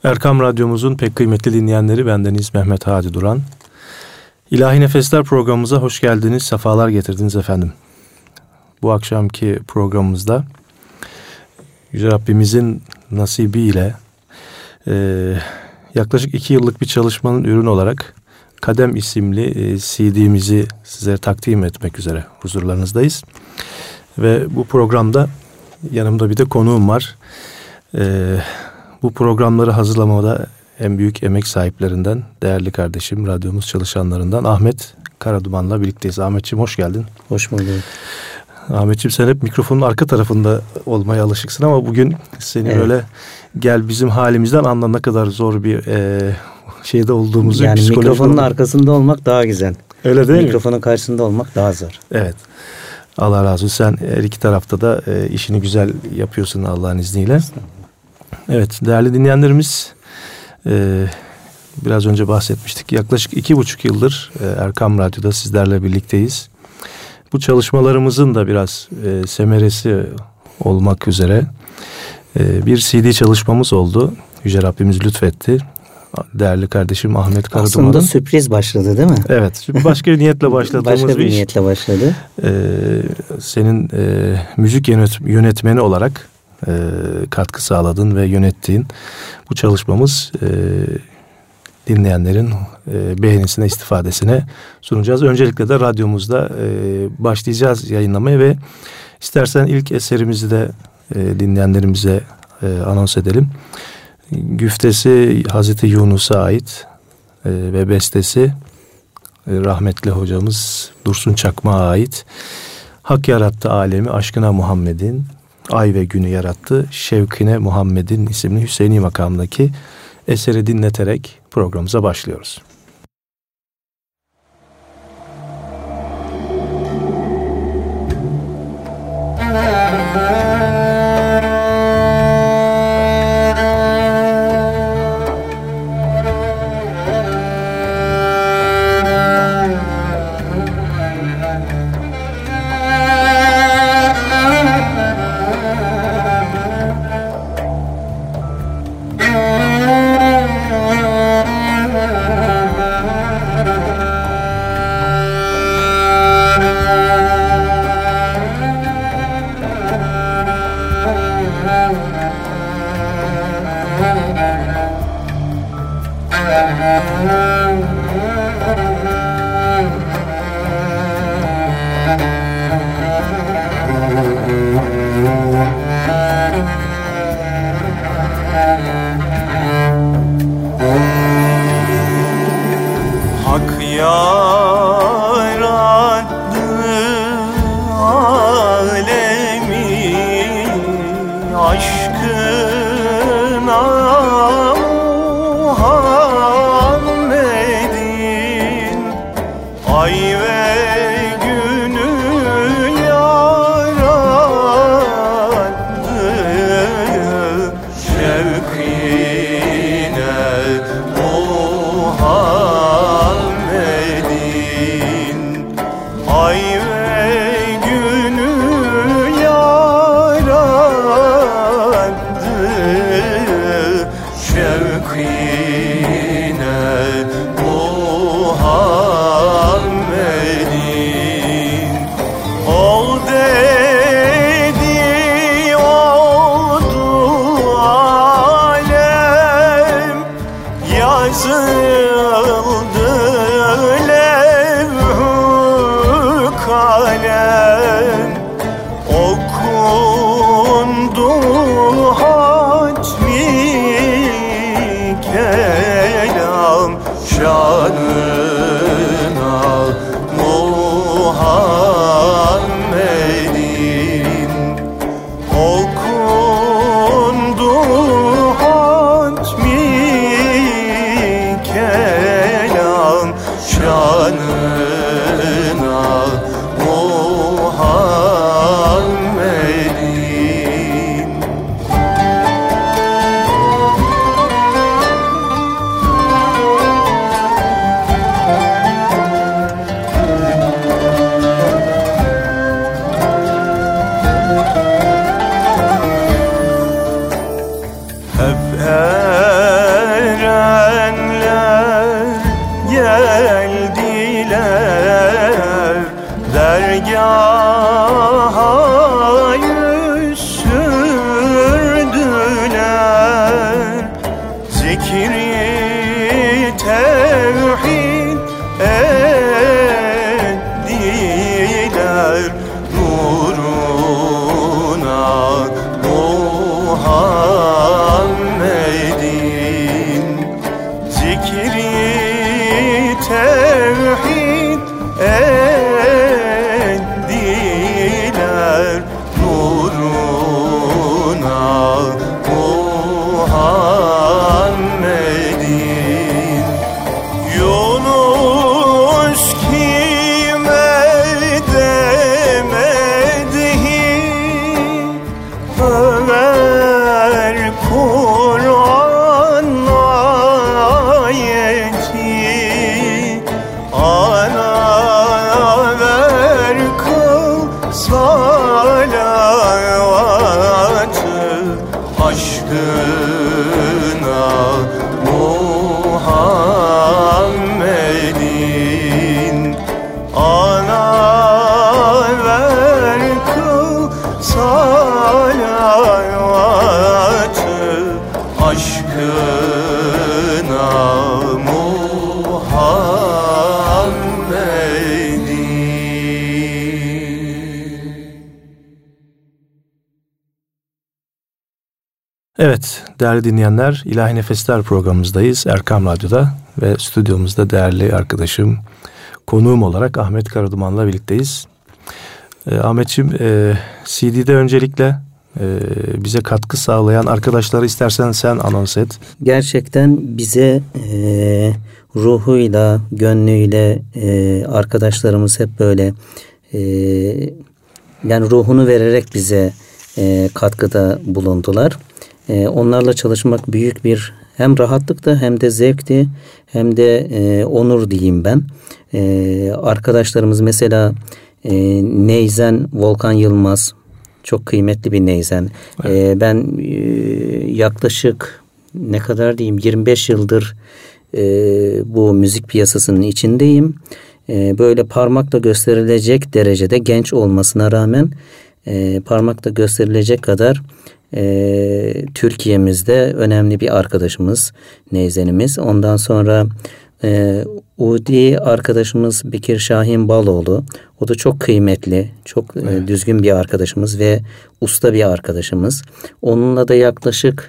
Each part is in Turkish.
Erkam Radyomuzun pek kıymetli dinleyenleri, bendeniz Mehmet Hadi Duran. İlahi Nefesler programımıza hoş geldiniz, sefalar getirdiniz efendim. Bu akşamki programımızda Yüce Rabbimizin nasibiyle yaklaşık 2 yıllık bir çalışmanın ürünü olarak Kadem isimli CD'mizi sizlere takdim etmek üzere huzurlarınızdayız. Ve bu programda yanımda bir de konuğum var. Bu programları hazırlamada en büyük emek sahiplerinden, değerli kardeşim, radyomuz çalışanlarından Ahmet Karaduman'la birlikteyiz. Ahmetciğim hoş geldin. Hoş bulduk. Ahmetciğim, sen hep mikrofonun arka tarafında olmaya alışıksın ama bugün seni böyle gel bizim halimizden anla, ne kadar zor bir şeyde olduğumuzu. Yani mikrofonun arkasında olmak daha güzel. Öyle değil mi? Mikrofonun karşısında olmak daha zor. Evet. Allah razı olsun. Sen her iki tarafta da işini güzel yapıyorsun Allah'ın izniyle. Evet, değerli dinleyenlerimiz, biraz önce bahsetmiştik. Yaklaşık 2,5 yıldır Erkam Radyo'da sizlerle birlikteyiz. Bu çalışmalarımızın da biraz semeresi olmak üzere bir CD çalışmamız oldu. Yüce Rabbimiz lütfetti. Değerli kardeşim Ahmet Karaduman'ın. Aslında sürpriz başladı değil mi? Evet, başka bir niyetle başladığımız başka bir niyetle başladı. Senin müzik yönetmeni olarak katkı sağladın ve yönettiğin bu çalışmamız dinleyenlerin beğenisine, istifadesine sunacağız. Öncelikle de radyomuzda başlayacağız yayınlamaya ve istersen ilk eserimizi de dinleyenlerimize anons edelim. Güftesi Hazreti Yunus'a ait ve bestesi rahmetli hocamız Dursun Çakmak'a ait. Hak yarattı alemi aşkına Muhammed'in, ay ve günü yarattı şevkine Muhammed'in isimli Hüseyini makamındaki eseri dinleterek programımıza başlıyoruz. Okundu hatmi Evet, değerli dinleyenler, İlahi Nefesler programımızdayız Erkam Radyo'da ve stüdyomuzda değerli arkadaşım, konuğum olarak Ahmet Karaduman'la birlikteyiz. Ahmetciğim, CD'de öncelikle bize katkı sağlayan arkadaşları istersen sen anons et. Gerçekten bize ruhuyla, gönlüyle arkadaşlarımız hep böyle yani ruhunu vererek bize katkıda bulundular. Onlarla çalışmak büyük bir hem rahatlıktı hem de zevkti hem de onur diyeyim ben. Arkadaşlarımız mesela Neyzen Volkan Yılmaz çok kıymetli bir neyzen. Evet. Ben yaklaşık ne kadar diyeyim 25 yıldır bu müzik piyasasının içindeyim. Böyle parmakla gösterilecek derecede genç olmasına rağmen parmakla gösterilecek kadar Türkiye'mizde önemli bir arkadaşımız, neyzenimiz. Ondan sonra Udi arkadaşımız Bekir Şahin Baloğlu. O da çok kıymetli, çok düzgün bir arkadaşımız ve usta bir arkadaşımız. Onunla da yaklaşık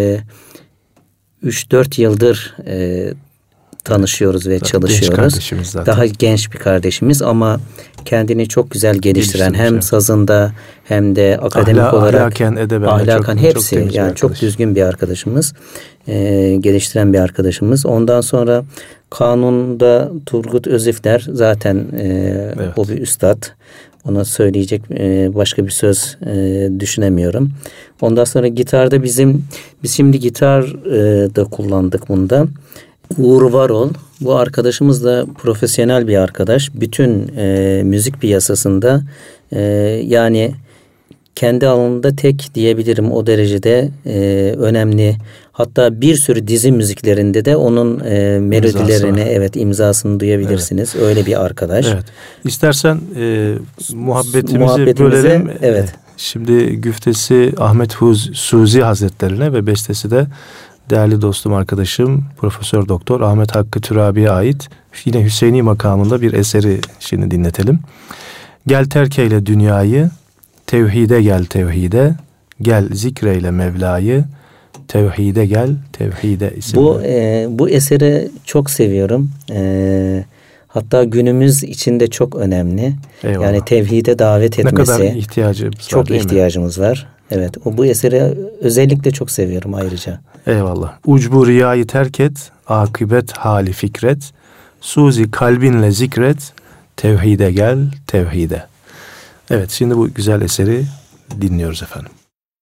3-4 yıldır tanışıyoruz ve çalışıyoruz. Daha genç bir kardeşimiz ama kendini çok güzel geliştiren hem sazında hem de akademik olarak ahlaken hepsi çok yani çok düzgün bir arkadaşımız. Geliştiren bir arkadaşımız. Ondan sonra Kanun'da Turgut Özifler zaten evet. O bir üstad. Ona söyleyecek başka bir söz düşünemiyorum. Ondan sonra gitarda biz şimdi gitar da kullandık bunda. Uğur Varol, bu arkadaşımız da profesyonel bir arkadaş. Bütün müzik piyasasında yani kendi alanında tek diyebilirim, o derecede önemli. Hatta bir sürü dizi müziklerinde de onun melodilerine imzasını duyabilirsiniz. Evet. Öyle bir arkadaş. Evet. İstersen muhabbetimizi bölelim. Evet. Şimdi güftesi Ahmet Suzi Hazretlerine ve bestesi de değerli dostum, arkadaşım Profesör Doktor Ahmet Hakkı Türabi'ye ait yine Hüseyini makamında bir eseri şimdi dinletelim. Gel terk eyle dünyayı, tevhide gel tevhide, gel zikreyle Mevla'yı, tevhide gel tevhide isimli. Bu eseri çok seviyorum. Hatta günümüz içinde çok önemli. Eyvallah. Yani tevhide davet etmesi. Ne kadar ihtiyacımız var, çok ihtiyacımız var. Evet, bu eseri özellikle çok seviyorum ayrıca. Eyvallah. Ucbu riyayı terk et, akıbet hali fikret, suzi kalbinle zikret, tevhide gel tevhide. Evet, şimdi bu güzel eseri dinliyoruz efendim.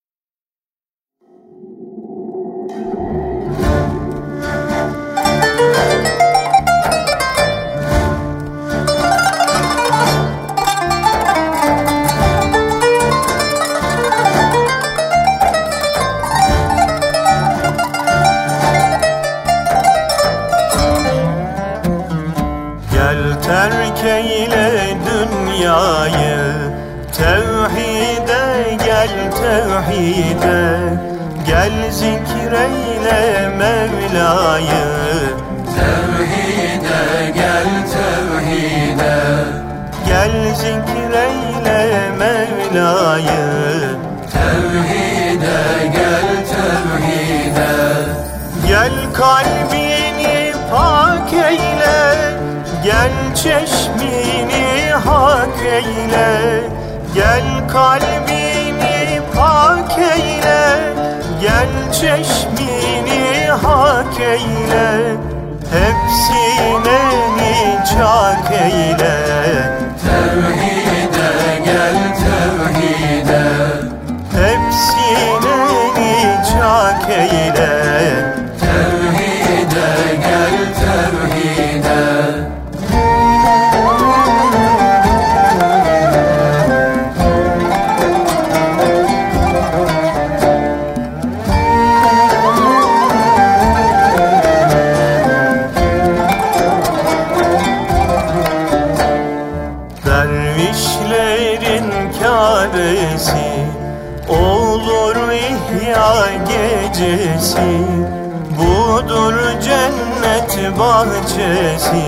Terk eyle dünyayı, tevhide gel tevhide, gel zikreyle Mevla'yı, tevhide gel tevhide, gel zikreyle Mevla'yı, tevhide gel tevhide, gel kalbini pak eyle, gel çeşmini hak eyle, gel kalbini pak eyle, gel çeşmini hak eyle, hepsine nicak eyle, tevhide gel tevhide, hepsine nicak eyle, tevhide gel tevhide. Budur cennet bahçesi.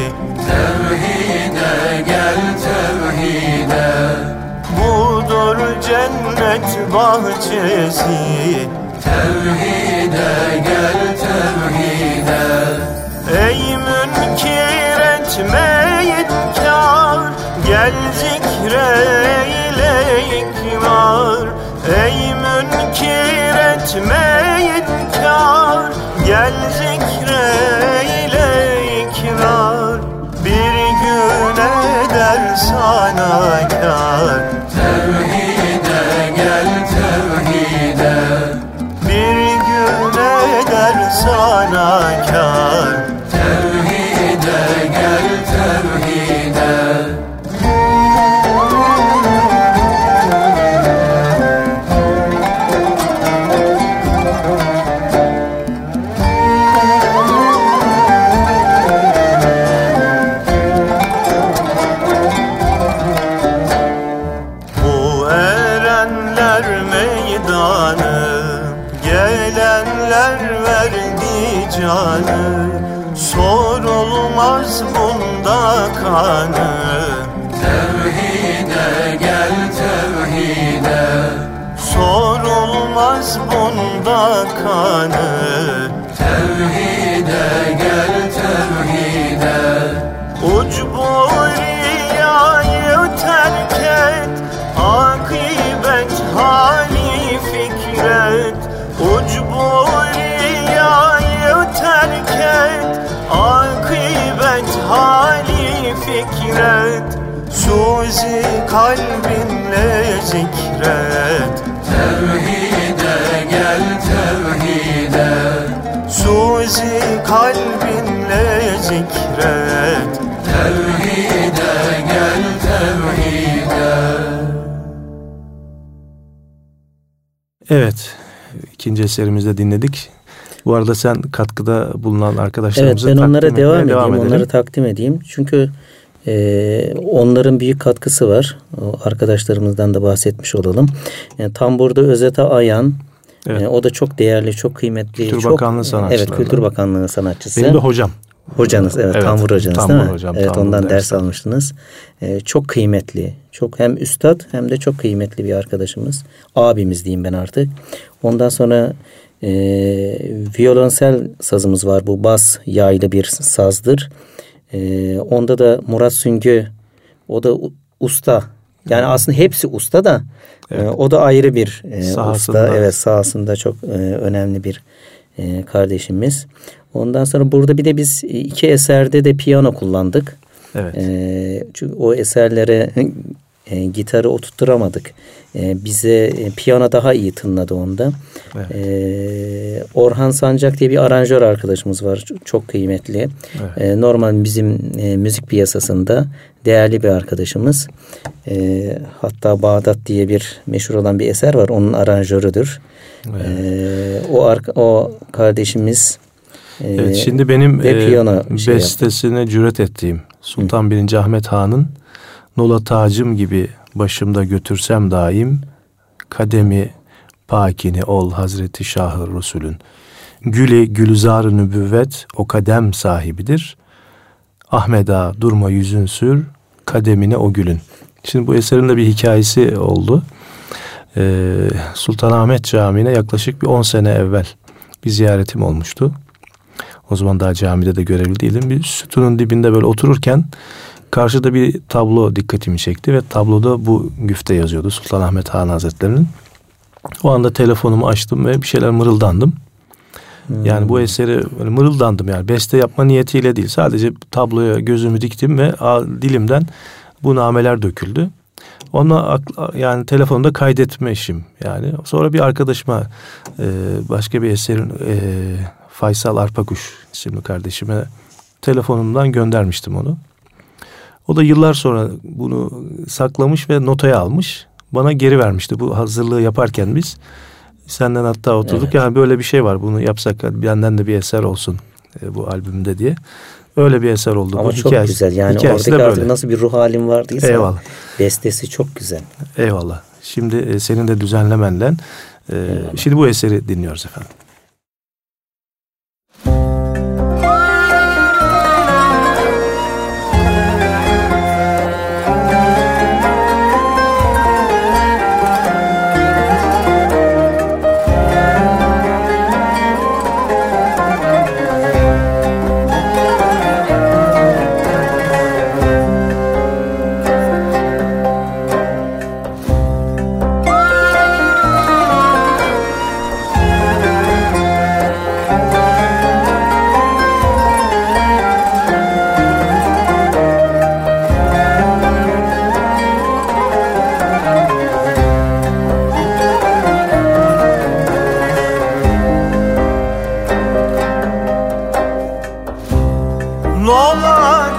Tevhide gel tevhide. Budur cennet bahçesi. Tevhide gel tevhide. Ey münkir etmeyin kâr, gel zikreyle ikrar. Ey münkir etmeyin kâr, gel zikreyle ikrar. Bir gün eder sana kâr. Tevhide gel tevhide. Bir gün eder sana kâr. Tevhide gel tevhide. Bu erenler meydanı, gelenler verdi canı. Sorulmaz bunda kanı. Tevhide gel tevhide. Sorulmaz bunda kanı. Tevhide gel tevhide. Ucbu riyayı terk et, akibet hali fikret. Ucbu riyayı terk et, akibet hali fikret. Suzi kalbinle zikret. Tevhide gel tevhide. Suzi kalbinle zikret. Tevhide gel tevhide. Evet, ikinci eserimizde dinledik. Bu arada sen katkıda bulunan arkadaşlarımıza evet, ben onlara devam edeyim. Onları takdim edeyim. Çünkü onların büyük katkısı var. O arkadaşlarımızdan da bahsetmiş olalım. Yani tamburda Özete Ayan. Evet. O da çok değerli, çok kıymetli. Kültür Bakanlığı sanatçısı. Evet, Kültür Bakanlığı sanatçısı. Benim de hocam. Hocanız, evet, tambur hocanız tambur değil mi? Hocam, evet, ondan ders almıştım. Almıştınız. Çok kıymetli. Çok hem üstad hem de çok kıymetli bir arkadaşımız. Abimiz diyeyim ben artık. Ondan sonra violonsel sazımız var. Bu bas yaylı bir sazdır. Onda da Murat Süngü, o da usta. Yani aslında hepsi usta da evet. O da ayrı bir usta. Evet, sahasında çok önemli bir kardeşimiz. Ondan sonra burada bir de biz iki eserde de piyano kullandık. Evet. Çünkü o eserlere gitarı oturtturamadık. Bize piyano daha iyi tınladı onda. Evet. Orhan Sancak diye bir aranjör arkadaşımız var. Çok kıymetli. Evet. Normal bizim müzik piyasasında değerli bir arkadaşımız. Hatta Bağdat diye bir meşhur olan bir eser var. Onun aranjörüdür. Evet. O kardeşimiz evet, şimdi benim bestesine cüret ettiğim Sultan 1. Ahmet Han'ın Nola tacım gibi başımda götürsem daim, kademi pakini ol Hazreti Şah-ı Resulün. Güli gülzar-ı nübüvvet o kadem sahibidir. Ahmeda durma yüzün sür, kademine o gülün. Şimdi bu eserin de bir hikayesi oldu. Sultanahmet Camii'ne yaklaşık bir 10 sene evvel bir ziyaretim olmuştu. O zaman daha camide de görevli değildim. Bir sütunun dibinde böyle otururken karşıda bir tablo dikkatimi çekti ve tabloda bu güfte yazıyordu Sultanahmet Han Hazretleri'nin. O anda telefonumu açtım ve bir şeyler mırıldandım. Yani bu eseri böyle mırıldandım, yani beste yapma niyetiyle değil. Sadece tabloya gözümü diktim ve dilimden bu nameler döküldü. Onunla yani telefonda kaydetme işim yani. Sonra bir arkadaşıma başka bir eserin Faysal Arpakuş isimli kardeşime telefonumdan göndermiştim onu. O da yıllar sonra bunu saklamış ve notaya almış. Bana geri vermişti bu hazırlığı yaparken biz. Senden hatta oturduk. Evet. Yani böyle bir şey var, bunu yapsak benden de bir eser olsun bu albümde diye. Öyle bir eser oldu. Ama bu çok hikayesi, güzel. Yani oradaki artık nasıl bir ruh halim vardıysa. Eyvallah. Bestesi çok güzel. Eyvallah. Şimdi senin de düzenlemenle şimdi bu eseri dinliyoruz efendim.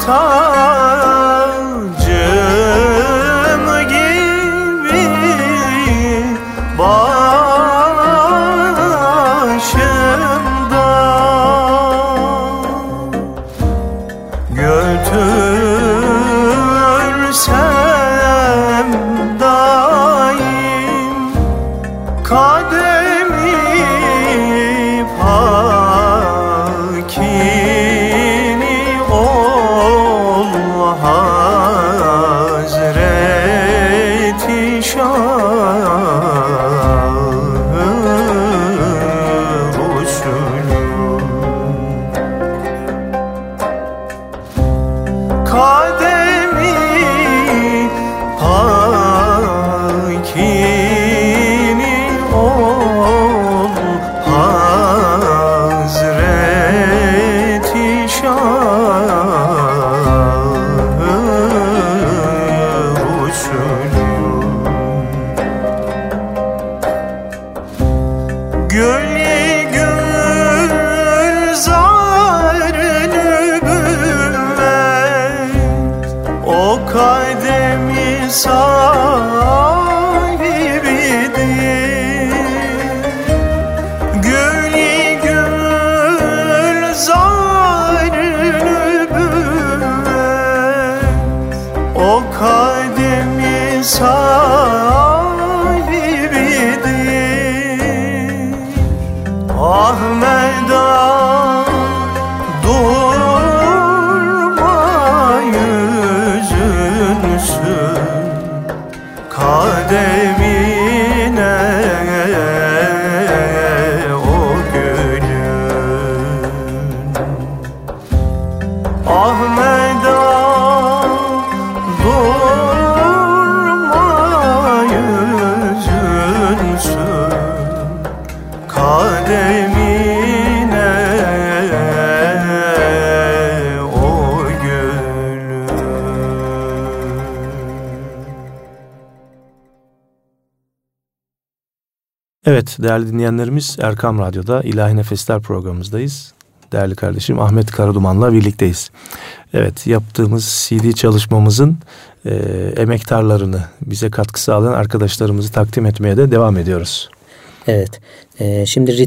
Evet değerli dinleyenlerimiz, Erkam Radyo'da İlahi Nefesler programımızdayız. Değerli kardeşim Ahmet Karaduman'la birlikteyiz. Evet, yaptığımız CD çalışmamızın emektarlarını, bize katkı sağlayan arkadaşlarımızı takdim etmeye de devam ediyoruz. Evet, şimdi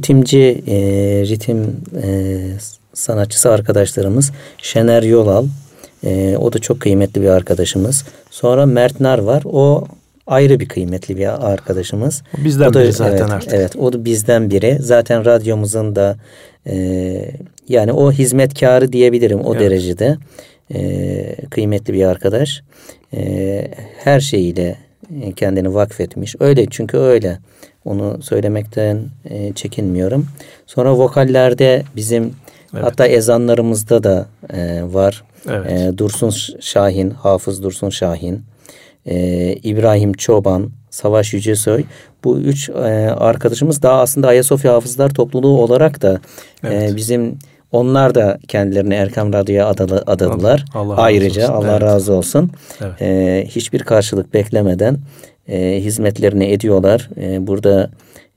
ritim sanatçısı arkadaşlarımız Şener Yolal, o da çok kıymetli bir arkadaşımız. Sonra Mert Nar var, o ayrı bir kıymetli bir arkadaşımız. Bizden biri zaten artık. Evet, o da bizden biri. Zaten radyomuzun da yani o hizmetkarı diyebilirim o derecede. Kıymetli bir arkadaş. Her şeyiyle kendini vakfetmiş. Öyle, çünkü öyle. Onu söylemekten çekinmiyorum. Sonra vokallerde bizim hatta ezanlarımızda da var. Evet. Dursun Şahin, Hafız Dursun Şahin. İbrahim Çoban, Savaş Yücesoy, bu üç arkadaşımız daha aslında Ayasofya Hafızlar Topluluğu olarak da bizim, onlar da kendilerini Erkam Radyo'ya adadılar. Ayrıca Allah razı olsun. Evet. Hiçbir karşılık beklemeden hizmetlerini ediyorlar. Burada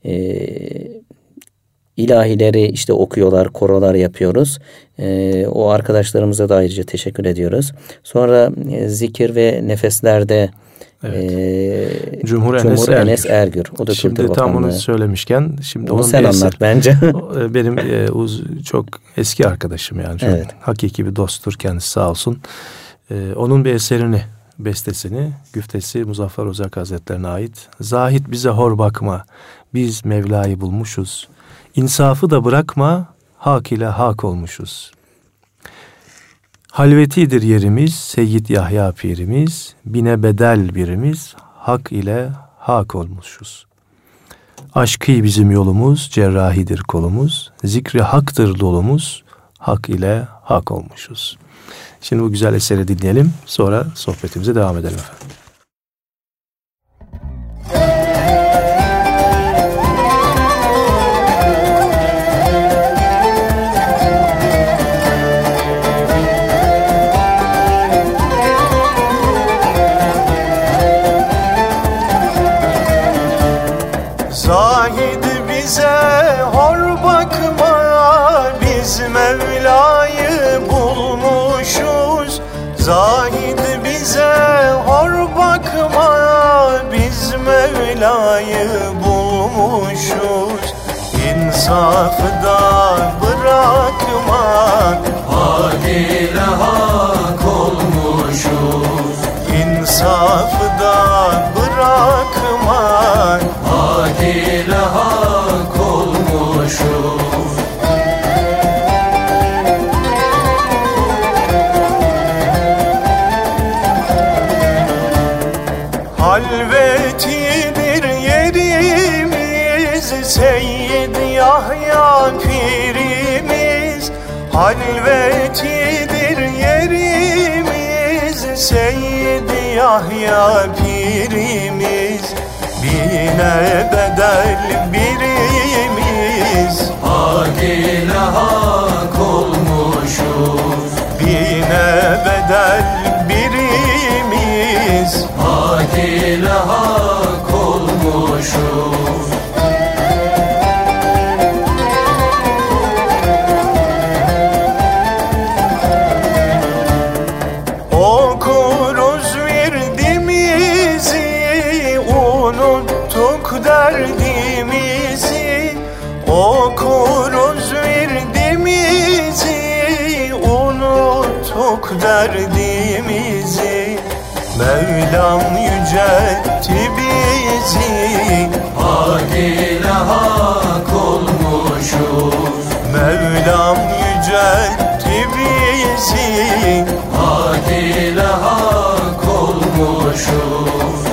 ilahileri işte okuyorlar, korolar yapıyoruz. O arkadaşlarımıza da ayrıca teşekkür ediyoruz. Sonra zikir ve nefeslerde Cumhur Enes Ergür. O da şimdi Kültür tam onu söylemişken, şimdi onu sen anlat bence. Benim çok eski arkadaşım yani. Çok hakiki bir dosttur kendisi, sağ olsun. Onun bir eserini, bestesini, güftesi Muzaffer Ozak Hazretlerine ait. Zahit bize hor bakma, biz Mevla'yı bulmuşuz. İnsafı da bırakma, hak ile hak olmuşuz. Halvetidir yerimiz, Seyyid Yahya pirimiz, bine bedel birimiz, hak ile hak olmuşuz. Aşkı bizim yolumuz, cerrahidir kolumuz, zikri haktır dolumuz, hak ile hak olmuşuz. Şimdi bu güzel eseri dinleyelim, sonra sohbetimize devam edelim efendim. Zahid bize hor bakma, biz Mevla'yı bulmuşuz. Zahid bize hor bakma, biz Mevla'yı bulmuşuz. İnsafı da bırakma, hak ile hak olmuşuz. İnsafı da bırakma, hak ile hak olmuşuz. Halvetidir yerimiz, Seyyid Yahya pirimiz. Halvetidir yerimiz, Seyyid Yahya pirimiz. Bine bedel birimiz, hak ile hak olmuşuz. Bine bedel birimiz, hak ile hak olmuşuz. Okuruz virdimizi, unuttuk derdimizi. Okuruz virdimizi, unuttuk derdimizi. Mevlam yüceltti bizi, hak ile hak olmuşuz. Mevlam yüceltti bizi, hak ile hak olmuşuz.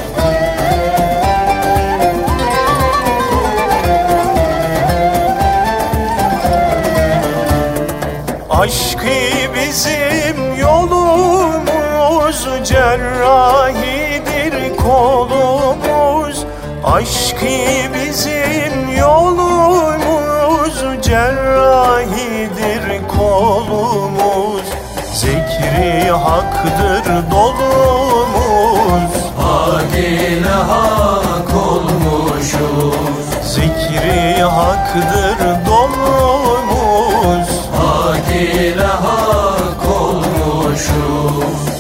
Aşkı bizim yolumuz, cerrahidir kolumuz. Aşkı bizim yolumuz, cerrahidir kolumuz. Zikri haktır dolumuz, hak ile hak olmuşuz. Zikri haktır dolumuz, hak ile hak olmuşuz.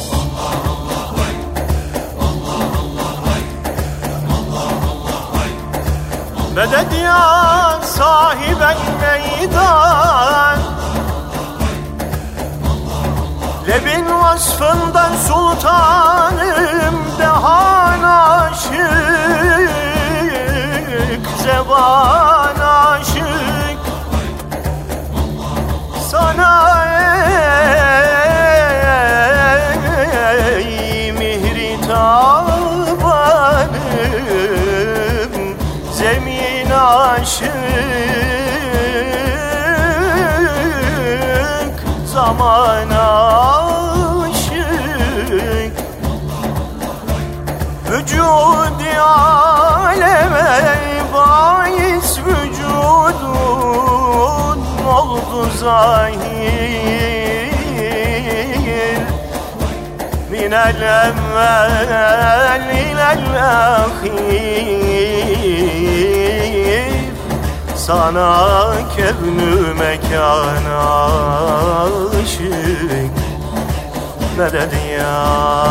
Medet ya sahiben meydan, Lebin vasfından sultanım, dehan aşık, zeban aşık. Sana ey mihri tabanım, zemin aşık, zaman aşık. Vücud-i aleme bahis vücudun oldu zahir. Minel evvel ilel ahir, sana kevnü mekan aşık. Medet ya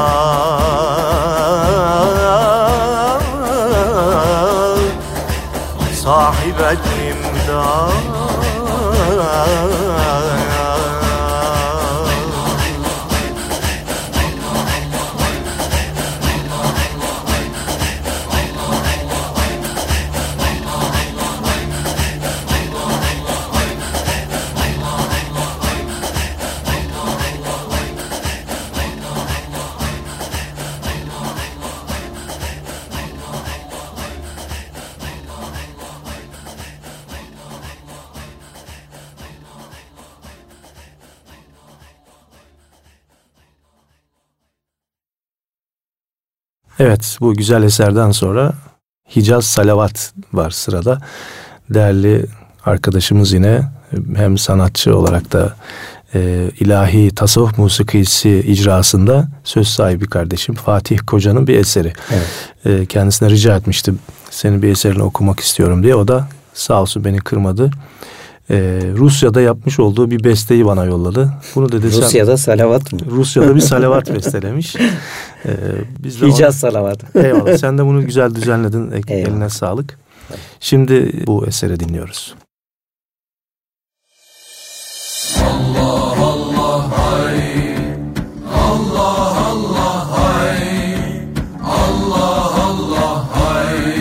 sahibet imdad. Evet, bu güzel eserden sonra Hicaz Salavat var sırada. Değerli arkadaşımız yine hem sanatçı olarak da ilahi tasavvuf musikisi icrasında söz sahibi kardeşim Fatih Koca'nın bir eseri. Evet. Kendisine rica etmiştim, senin bir eserini okumak istiyorum diye. O da sağ olsun beni kırmadı. Rusya'da yapmış olduğu bir besteyi bana yolladı. Bunu dedi. Rusya'da salavat mı? Rusya'da bir salavat bestelemiş. Biz de Hicaz salavat. Eyvallah. Sen de bunu güzel düzenledin. Eline sağlık. Şimdi bu eseri dinliyoruz. Allah Allah hay, Allah Allah hay, Allah Allah hay,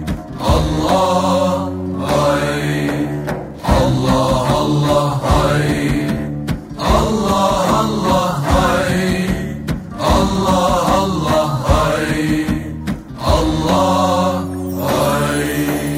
Allah hay, Allah Allah hay, Allah Allah hay, Allah Allah hay, Allah hay.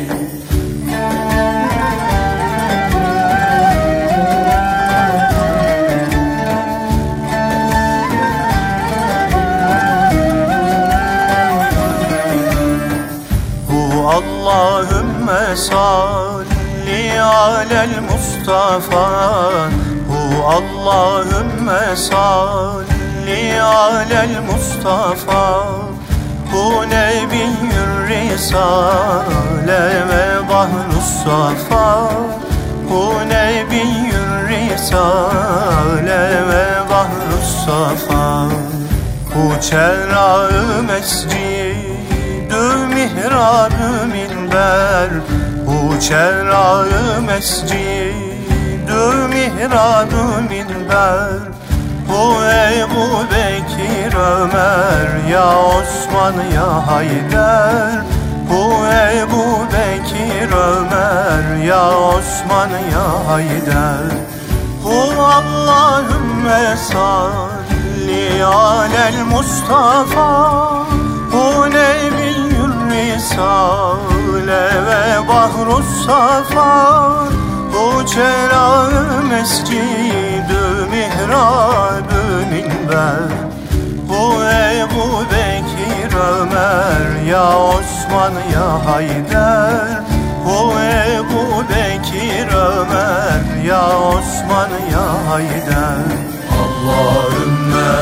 Allahümme salli alel Mustafa. Hu Allahümme salli alel Mustafa. Hu nebiyyür risale ve bahrus safa. Hu nebiyyür risale ve bahrus safa. Hu çerra-ı mescid-ü mihrab-ı minber. Hu çerra-ı mescid-ü mihrab-ı minber. Hu Ebu Bekir Ömer ya Osman ya Haydar. Hu Ebu Bekir Ömer ya Osman ya Haydar. Hu Allahümme salli alel Mustafa. Hu nebiyyür risale ve bahrus safa. Hu çerra-ı mescid-ü mihrab-ı minber. Hu Ebu Bekir Ömer ya Osman ya Haydar. Hu Ebu Bekir Ömer ya Osman ya Haydar. Allahümme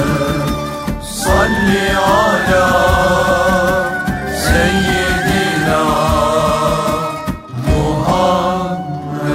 salli ala seyyidina Muhammed.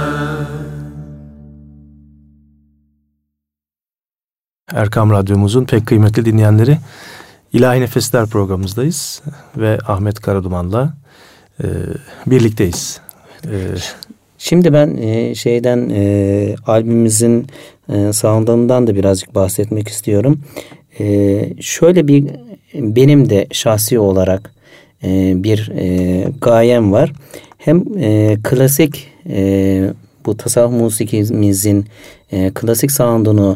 Erkam Radyomuzun pek kıymetli dinleyenleri, İlahi Nefesler programımızdayız ve Ahmet Karaduman'la birlikteyiz. Şimdi ben albümümüzün sound'undan da birazcık bahsetmek istiyorum. Şöyle bir benim de şahsi olarak bir gayem var. Hem klasik bu tasavvuf musikimizin klasik sound'unu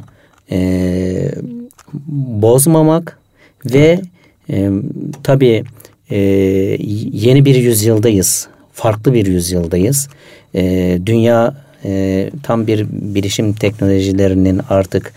bozmamak ve tabii yeni bir yüzyıldayız. Farklı bir yüzyıldayız. Dünya tam bir bilişim teknolojilerinin artık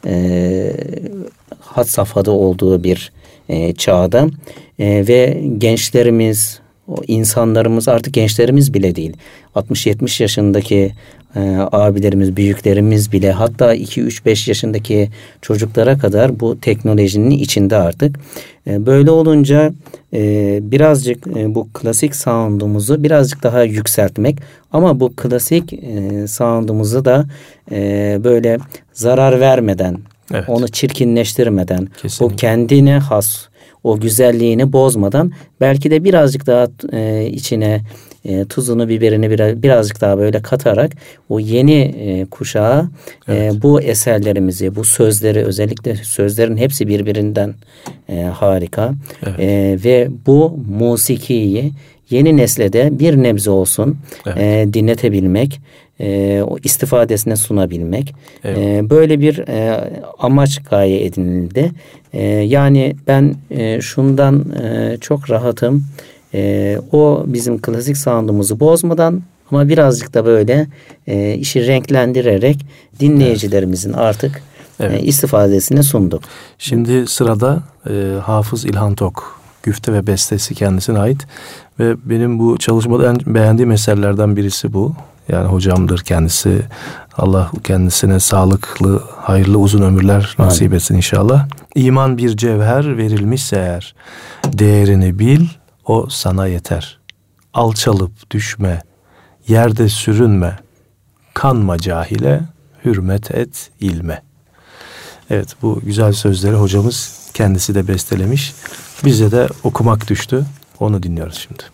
had safhada olduğu bir çağda ve gençlerimiz, insanlarımız, artık gençlerimiz bile değil, 60-70 yaşındaki abilerimiz, büyüklerimiz bile, hatta 2-3-5 yaşındaki çocuklara kadar bu teknolojinin içinde artık. Böyle olunca birazcık bu klasik sound'umuzu birazcık daha yükseltmek, ama bu klasik sound'umuzu da böyle zarar vermeden, evet, onu çirkinleştirmeden, kesinlikle, o kendine has o güzelliğini bozmadan, belki de birazcık daha içine tuzunu, biberini birazcık daha böyle katarak o yeni kuşağa, evet, bu eserlerimizi, bu sözleri, özellikle sözlerin hepsi birbirinden harika, evet, ve bu musikiyi yeni nesle de bir nebze olsun, evet, dinletebilmek, o istifadesine sunabilmek, evet, böyle bir amaç, gaye edinildi. Yani ben şundan çok rahatım. O bizim klasik sound'umuzu bozmadan, ama birazcık da böyle işi renklendirerek dinleyicilerimizin artık, evet, istifadesine sunduk. Şimdi sırada Hafız İlhan Tok, güfte ve bestesi kendisine ait ve benim bu çalışmada en beğendiğim eserlerden birisi bu. Yani hocamdır kendisi. Allah kendisine sağlıklı, hayırlı, uzun ömürler nasip etsin inşallah. İman bir cevher verilmişse eğer, değerini bil, o sana yeter. Alçalıp düşme, yerde sürünme, kanma cahile, hürmet et ilme. Evet, bu güzel sözleri hocamız kendisi de bestelemiş. Bize de okumak düştü. Onu dinliyoruz şimdi.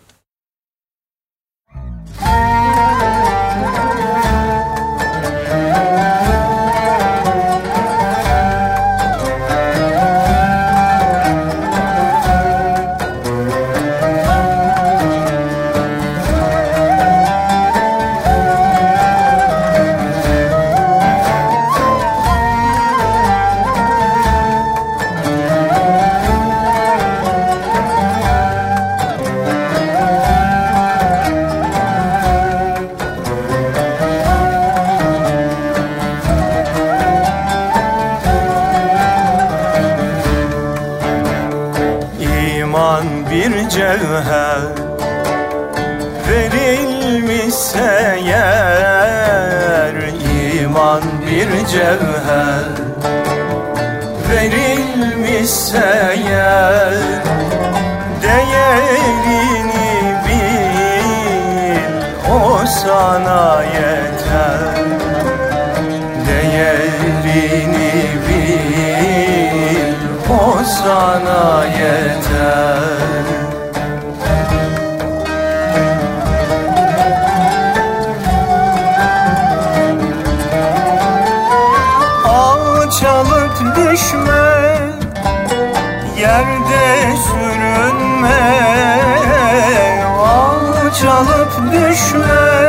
Cevher verilmişse yer, iman bir cevher verilmişse yer, değerini bil, o sana yeter. Değerini bil, o sana yeter. Alçalıp düşme, yerde sürünme. Alçalıp düşme,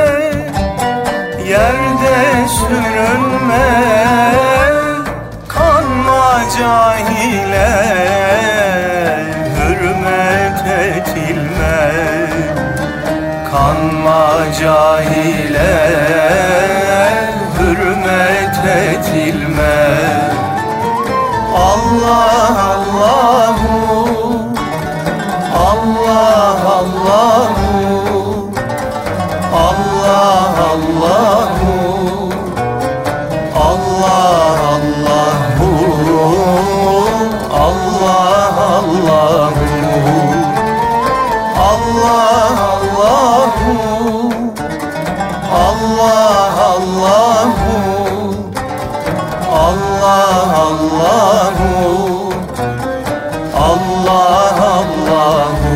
yerde sürünme. Kanma cahile, hürmet edilme. Kanma cahile, hürmet edilme. Allah Allahu, Allah Allahu, Allah Allahu, Allah Allahu, Allah Allahu, Allah Allahu, Allah Allahu, Allah Allahu, Allah Allahu.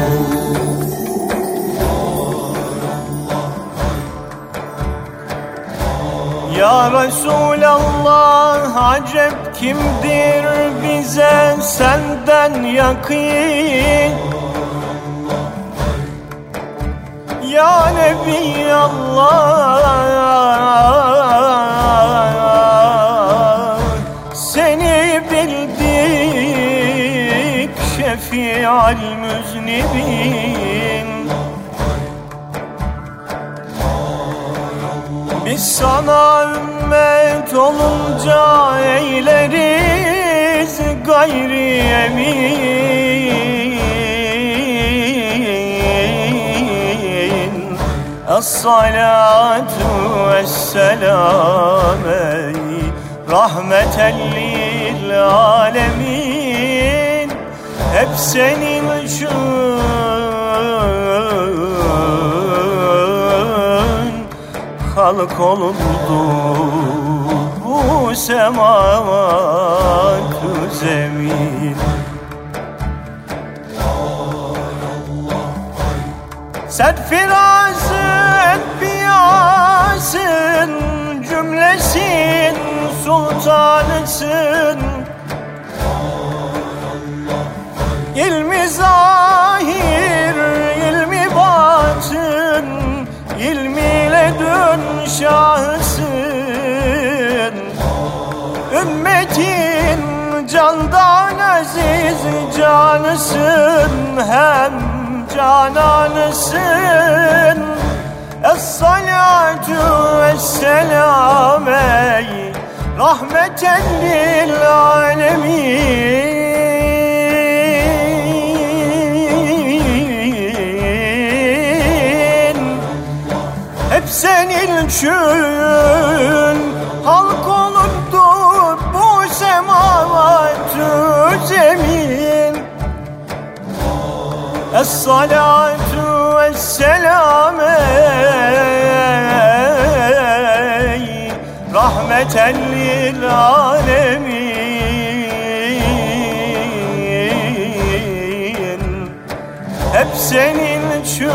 Ya Resulallah, acep kimdir bize senden yakın? Ya Nebi Allah, seni bildik şefi'al müznibin. Biz sana ümmet olunca eyleriz gayri emin. Es-salatu vesselam ey rahmeten lil alemin. Hep senin için halk olundu bu semavat zemin. Sedfirazı enbiyasın, cümlesin sultanısın. İlmi zahir, ilmi batın, ilmiyle dön şahısın. Ümmetin candan aziz canısın, hem cananısın. Es-salatu vesselam ey rahmeten lil alemin. Hep senin için halk olundu bu semavat zemin. Es-salatu vesselam ey rahmeten lil alemin. Hep senin için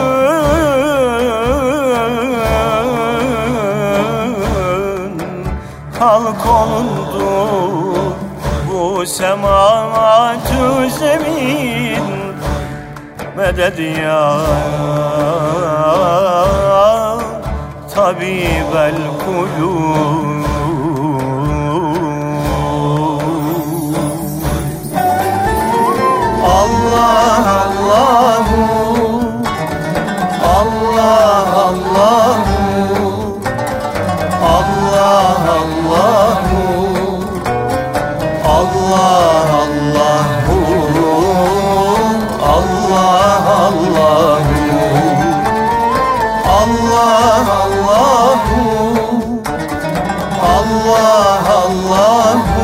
halk olundu bu semat-ı zemin. Medet ya tabibel kulub. Allah Allahu, Allah Allahu, Allah Allahu, Allah Allahu, Allah Allahu, Allah Allahu, Allah Allahu,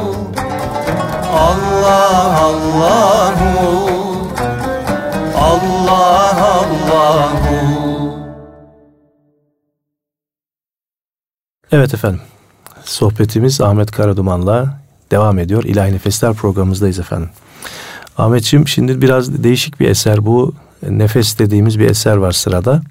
Allah Allahu, Allah Allahu. Evet efendim, sohbetimiz Ahmet Karaduman'la devam ediyor. İlahi Nefesler programımızdayız efendim. Ahmetciğim, şimdi biraz değişik bir eser bu. Nefes dediğimiz bir eser var sırada.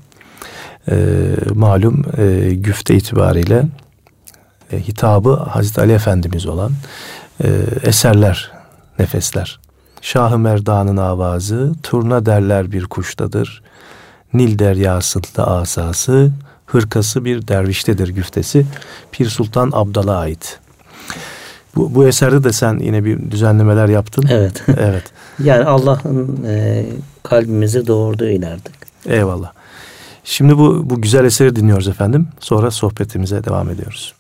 Malum güfte itibariyle hitabı Hazreti Ali Efendimiz olan eserler, nefesler. Şah-ı Merdan'ın avazı, turna derler bir kuştadır. Nil deryasında asası, hırkası bir derviştedir güftesi. Pir Sultan Abdal'a ait. Bu eserde de sen yine bir düzenlemeler yaptın. Evet. Evet. Yani Allah'ın kalbimizi doğurduğu ilerdik. Eyvallah. Şimdi bu güzel eseri dinliyoruz efendim. Sonra sohbetimize devam ediyoruz.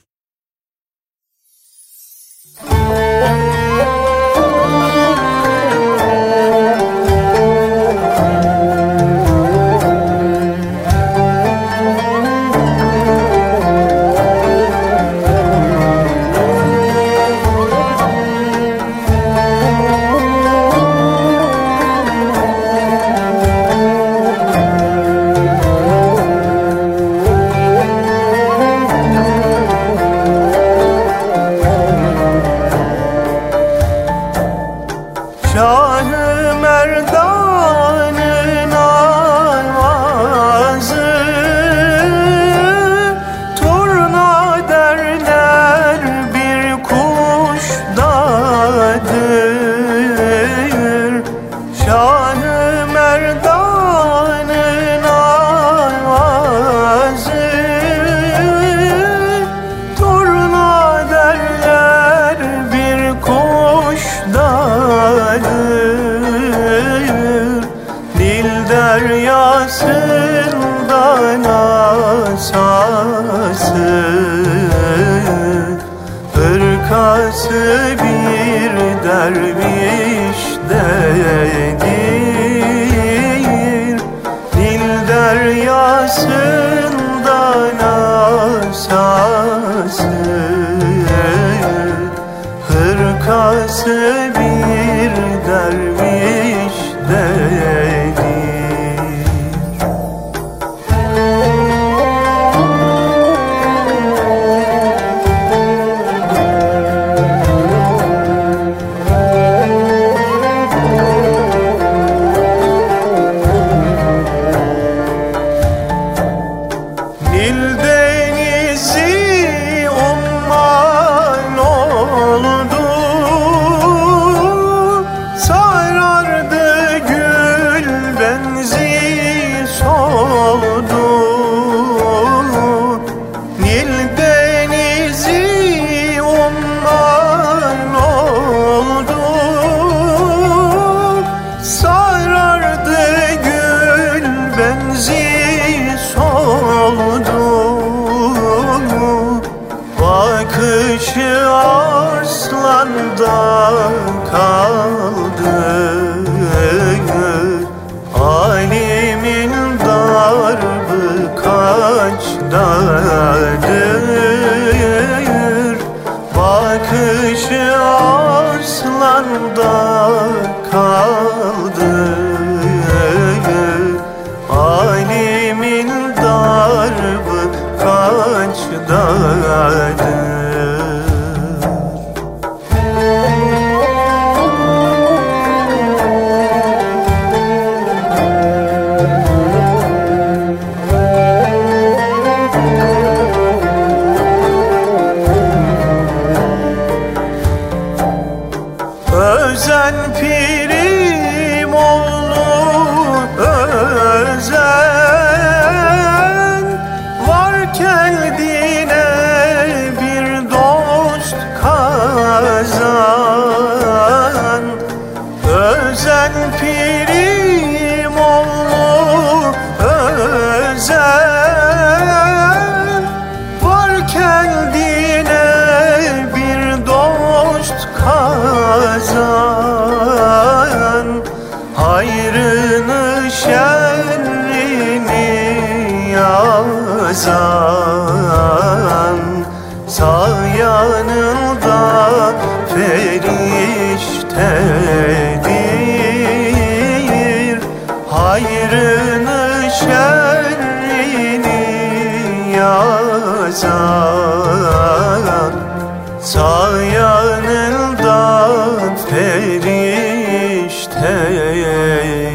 Alimin darbı kaçdadır. Özen pirim olur özen, var kendine bir dost kazan. Özen pirim olur özen, var kendine bir dost kazan. Hayrını şerrini yazan, sağ yanında feriştedir. Hayrını şerrini yazan, sağ yanında feriştedir.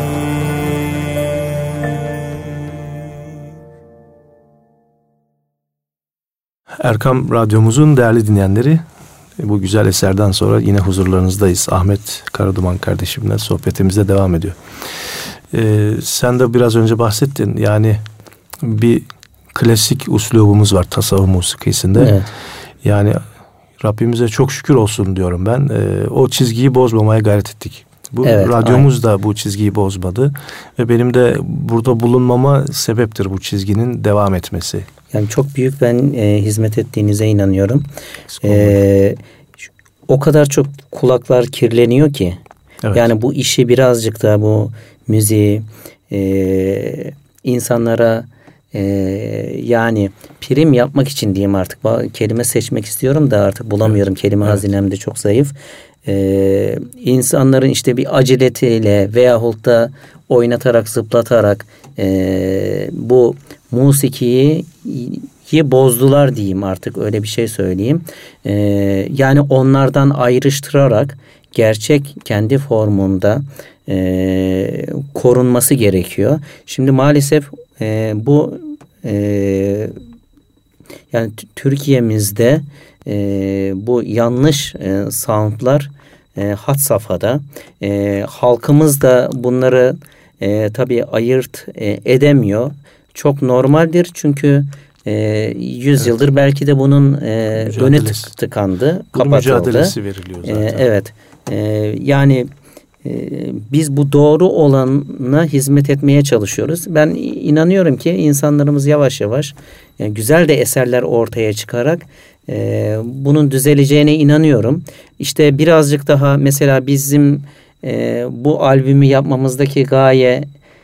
Erkam Radyomuzun değerli dinleyenleri, bu güzel eserden sonra yine huzurlarınızdayız. Ahmet Karaduman kardeşimle sohbetimize devam ediyor. Sen de biraz önce bahsettin. Yani bir klasik uslubumuz var tasavvuf musikisinde. Evet. Yani Rabbimize çok şükür olsun diyorum ben. O çizgiyi bozmamaya gayret ettik. Bu evet, radyomuz da bu çizgiyi bozmadı. Ve benim de burada bulunmama sebeptir bu çizginin devam etmesi. Yani çok büyük ben hizmet ettiğinize inanıyorum. O kadar çok kulaklar kirleniyor ki. Evet. Yani bu işi birazcık da bu müziği insanlara yani prim yapmak için diyeyim artık. Kelime seçmek istiyorum da artık bulamıyorum. Evet. Kelime hazinem de çok zayıf. İnsanların işte bir aceletiyle veyahut da oynatarak, zıplatarak bu musikiyi bozdular diyeyim, artık öyle bir şey söyleyeyim. Yani onlardan ayrıştırarak gerçek kendi formunda korunması gerekiyor. Şimdi maalesef bu yani Türkiye'mizde bu yanlış soundlar had safhada. Halkımız da bunları tabii ayırt edemiyor. Çok normaldir çünkü 100 yıldır belki de bunun önü tıkandı, kapatıldı. Mücadelesi veriliyor zaten. Evet. Yani biz bu doğru olana hizmet etmeye çalışıyoruz. Ben inanıyorum ki insanlarımız yavaş yavaş güzel de eserler ortaya çıkarak bunun düzeleceğine inanıyorum. İşte birazcık daha mesela bizim bu albümü yapmamızdaki gaye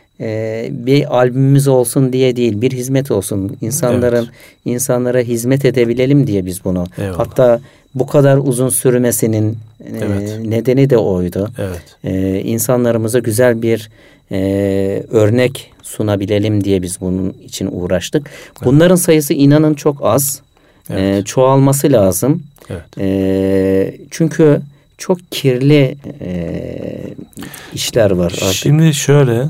bir albümümüz olsun diye değil, bir hizmet olsun. İnsanlara hizmet edebilelim diye biz bunu. Eyvallah. Hatta bu kadar uzun sürmesinin nedeni de oydu. Evet. İnsanlarımıza güzel bir örnek sunabilelim diye biz bunun için uğraştık. Bunların sayısı inanın çok az. Evet. Çoğalması lazım. Evet. Çünkü çok kirli işler var artık. Şimdi şöyle,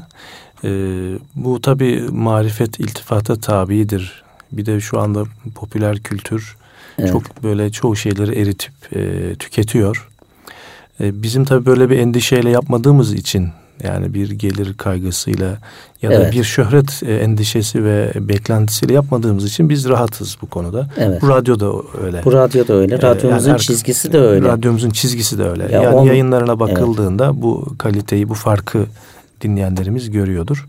bu tabii marifet iltifata tabidir. Bir de şu anda popüler kültür çok böyle çoğu şeyleri eritip tüketiyor. Bizim tabii böyle bir endişeyle yapmadığımız için, yani bir gelir kaygısıyla ya da bir şöhret endişesi ve beklentisiyle yapmadığımız için biz rahatız bu konuda. Evet. Bu radyo da öyle. Bu radyo da öyle. Radyomuzun yani çizgisi de öyle. Radyomuzun çizgisi de öyle. Yani yayınlarına bakıldığında bu kaliteyi, bu farkı dinleyenlerimiz görüyordur.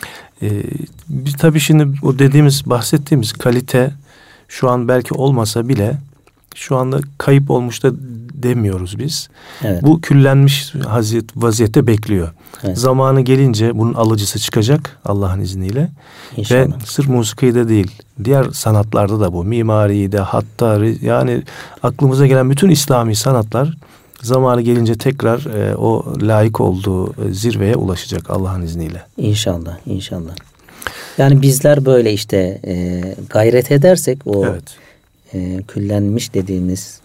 Biz tabii şimdi o bahsettiğimiz kalite şu an belki olmasa bile şu anda kayıp olmuş da demiyoruz biz. Evet. Bu küllenmiş vaziyette bekliyor. Evet. Zamanı gelince bunun alıcısı çıkacak Allah'ın izniyle. İnşallah. Ve sırf musikide değil, diğer sanatlarda da bu. Mimariyi de, hatta yani aklımıza gelen bütün İslami sanatlar zamanı gelince tekrar o layık olduğu zirveye ulaşacak Allah'ın izniyle. İnşallah, inşallah. Yani bizler böyle işte gayret edersek o küllenmiş dediğimiz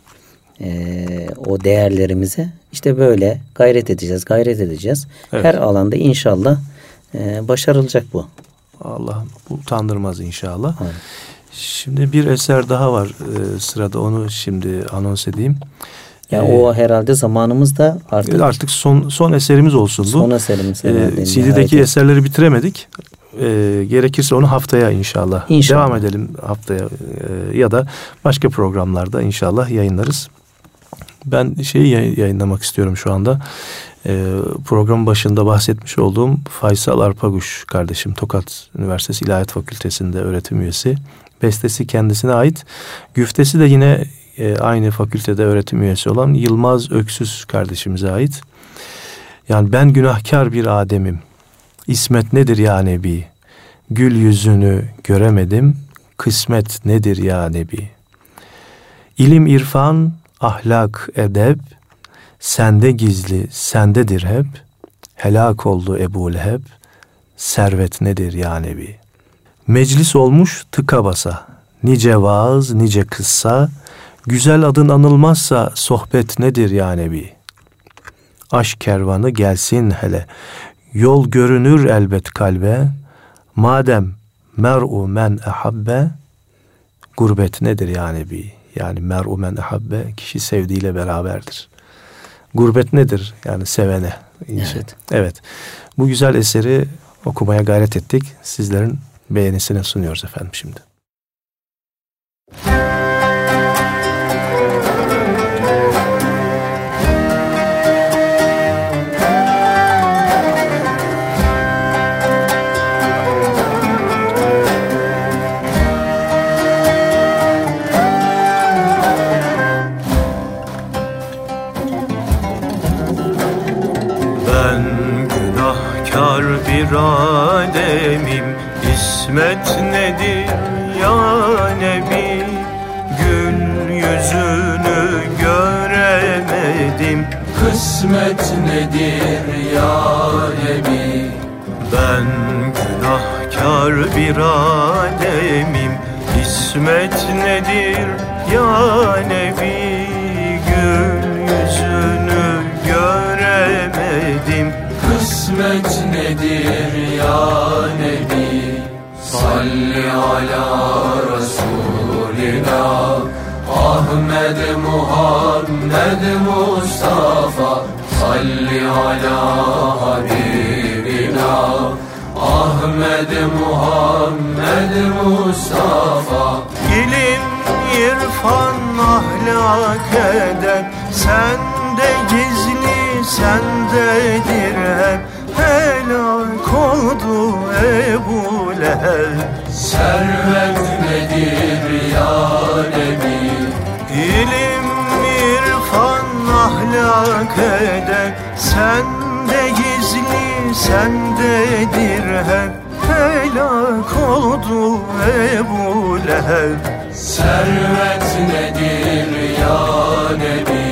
o değerlerimize işte böyle gayret edeceğiz. Evet. Her alanda inşallah başarılacak bu. Allah utandırmaz inşallah. Aynen. Şimdi bir eser daha var sırada, onu şimdi anons edeyim. Yani o herhalde zamanımızda artık son eserimiz olsun bu. Son eserimiz herhalde. CD'deki eserleri bitiremedik. Gerekirse onu haftaya inşallah devam edelim haftaya ya da başka programlarda inşallah yayınlarız. Ben yayınlamak istiyorum şu anda. Programın başında bahsetmiş olduğum Faysal Arpaguş kardeşim, Tokat Üniversitesi İlahiyat Fakültesi'nde öğretim üyesi. Bestesi kendisine ait. Güftesi de yine aynı fakültede öğretim üyesi olan Yılmaz Öksüz kardeşimize ait. Yani ben günahkar bir ademim. İsmet nedir ya Nebi? Gül yüzünü göremedim. Kısmet nedir ya Nebi? İlim, irfan, ahlak, edep, sende gizli, sendedir hep. Helak oldu Ebu Leheb, servet nedir ya Nebi? Meclis olmuş tıka basa, nice vaaz, nice kıssa, güzel adın anılmazsa sohbet nedir ya Nebi? Aşk kervanı gelsin hele, yol görünür elbet kalbe, madem mer'u men ehabbe, gurbet nedir ya Nebi? Yani mer'u men ehabbe, kişi sevdiğiyle beraberdir. Gurbet nedir? Yani sevene. Evet. Bu güzel eseri okumaya gayret ettik. Sizlerin beğenisine sunuyoruz efendim şimdi. Bir ademim, İsmet nedir ya Nebi? Gül yüzünü göremedim. Kısmet nedir ya Nebi? Ben günahkar bir ademim, İsmet nedir ya Nebi? Gül yüzünü göremedim. Kısmet nedir ya Nebi? Salli ala Resulina Ahmed Muhammed Mustafa. Salli ala Habibina Ahmed Muhammed Mustafa. İlim, irfan, ahlak, edep, sende gizli, sendedir hep. Helak oldu Ebu Leheb. Servet nedir ya Nebi? İlim, irfan, ahlak, edep, sende gizli, sendedir hep. Helak oldu Ebu Leheb. Servet nedir ya Nebi?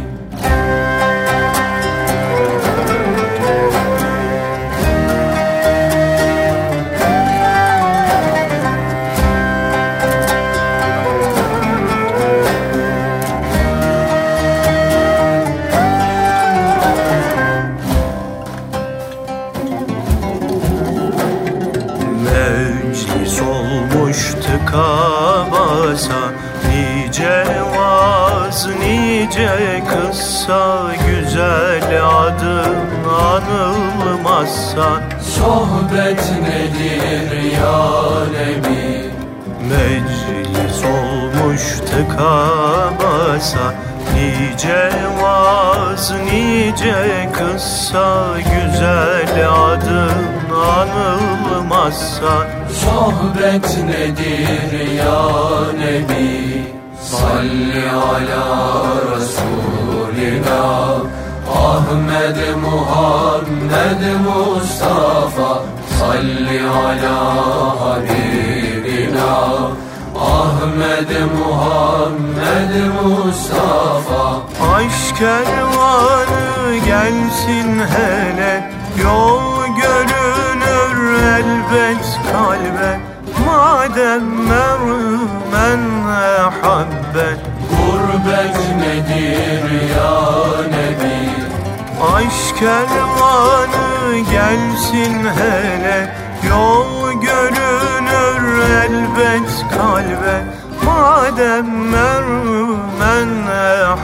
Tıka basa, nice vaaz, nice kıssa, güzel adın anılmazsa sohbet nedir ya Nebi? Meclis olmuş tıka basa, nice vaaz, nice kıssa, güzel adın anılmazsa sohbet nedir ya Nebi? Salli ala Resulina Ahmed Muhammed Mustafa. Salli ala Habibina Ahmed Muhammed Mustafa. Aşk kervanı gelsin hele, yol görünür elbet kalbe, madem mermen ehabbe. Gurbet nedir ya Nebi? Aşk kervanı gelsin hele, yol görünür elbet kalbe, madem mermen ehabbe.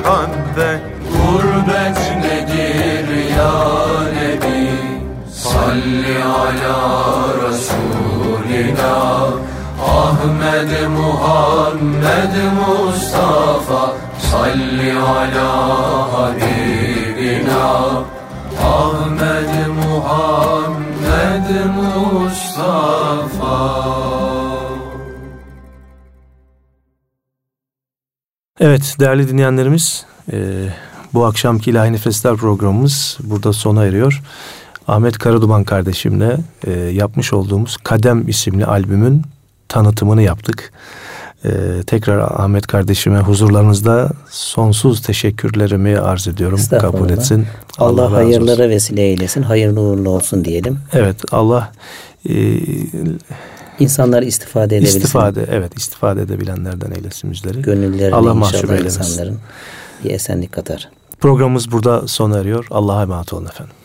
muhabbet. Gurbet nedir ya Nebi? Salli ala Resulina Ahmed Muhammed Mustafa. Salli ala Habibina Ahmed Muhammed Mustafa. Evet değerli dinleyenlerimiz, bu akşamki İlahi Nefesler programımız burada sona eriyor. Ahmet Karaduman kardeşimle yapmış olduğumuz Kadem isimli albümün tanıtımını yaptık. Tekrar Ahmet kardeşime huzurlarınızda sonsuz teşekkürlerimi arz ediyorum. Kabul etsin. Allah hayırlara vesile eylesin. Hayırlı uğurlu olsun diyelim. Evet, Allah İnsanlar istifade edebilsin. İstifade edebilenlerden eylesin bizleri. Gönüllerine Allah mahcup eylemesin. İnsanların bir esenlik katar. Programımız burada sona eriyor. Allah'a emanet olun efendim.